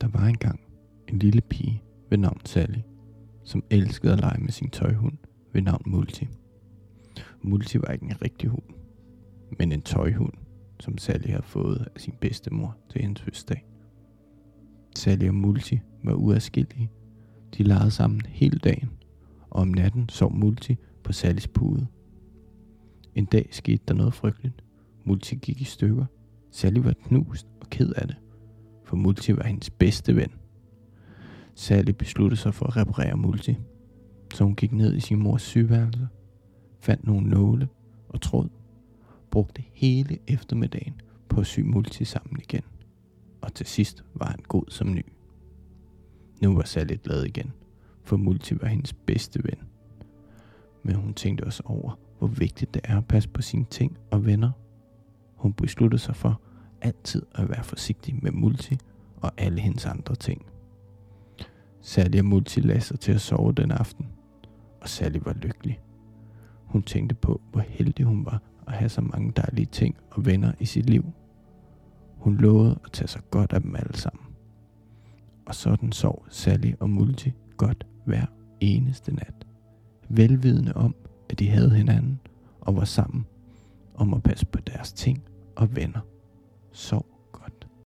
Der var engang en lille pige ved navn Sally, som elskede at lege med sin tøjhund ved navn Multi. Multi var ikke en rigtig hund, men en tøjhund, som Sally havde fået af sin bedstemor til hendes fødselsdag. Sally og Multi var uadskillelige. De legede sammen hele dagen, og om natten sov Multi på Sallys pude. En dag skete der noget frygteligt. Multi gik i stykker. Sally var knust og ked af det, for Multi var hendes bedste ven. Sally besluttede sig for at reparere Multi, så hun gik ned i sin mors sygeværelse, fandt nogle nåle og tråd, brugte hele eftermiddagen på at sy Multi sammen igen, og til sidst var han god som ny. Nu var Sally glad igen, for Multi var hendes bedste ven. Men hun tænkte også over, hvor vigtigt det er at passe på sine ting og venner. Hun besluttede sig for altid at være forsigtig med Multi og alle hendes andre ting. Sally og Multi lagde sig til at sove den aften, og Sally var lykkelig. Hun tænkte på, hvor heldig hun var at have så mange dejlige ting og venner i sit liv. Hun lovede at tage sig godt af dem alle sammen. Og sådan sov Sally og Multi godt hver eneste nat, velvidende om, at de havde hinanden og var sammen om at passe på deres ting og venner. Sov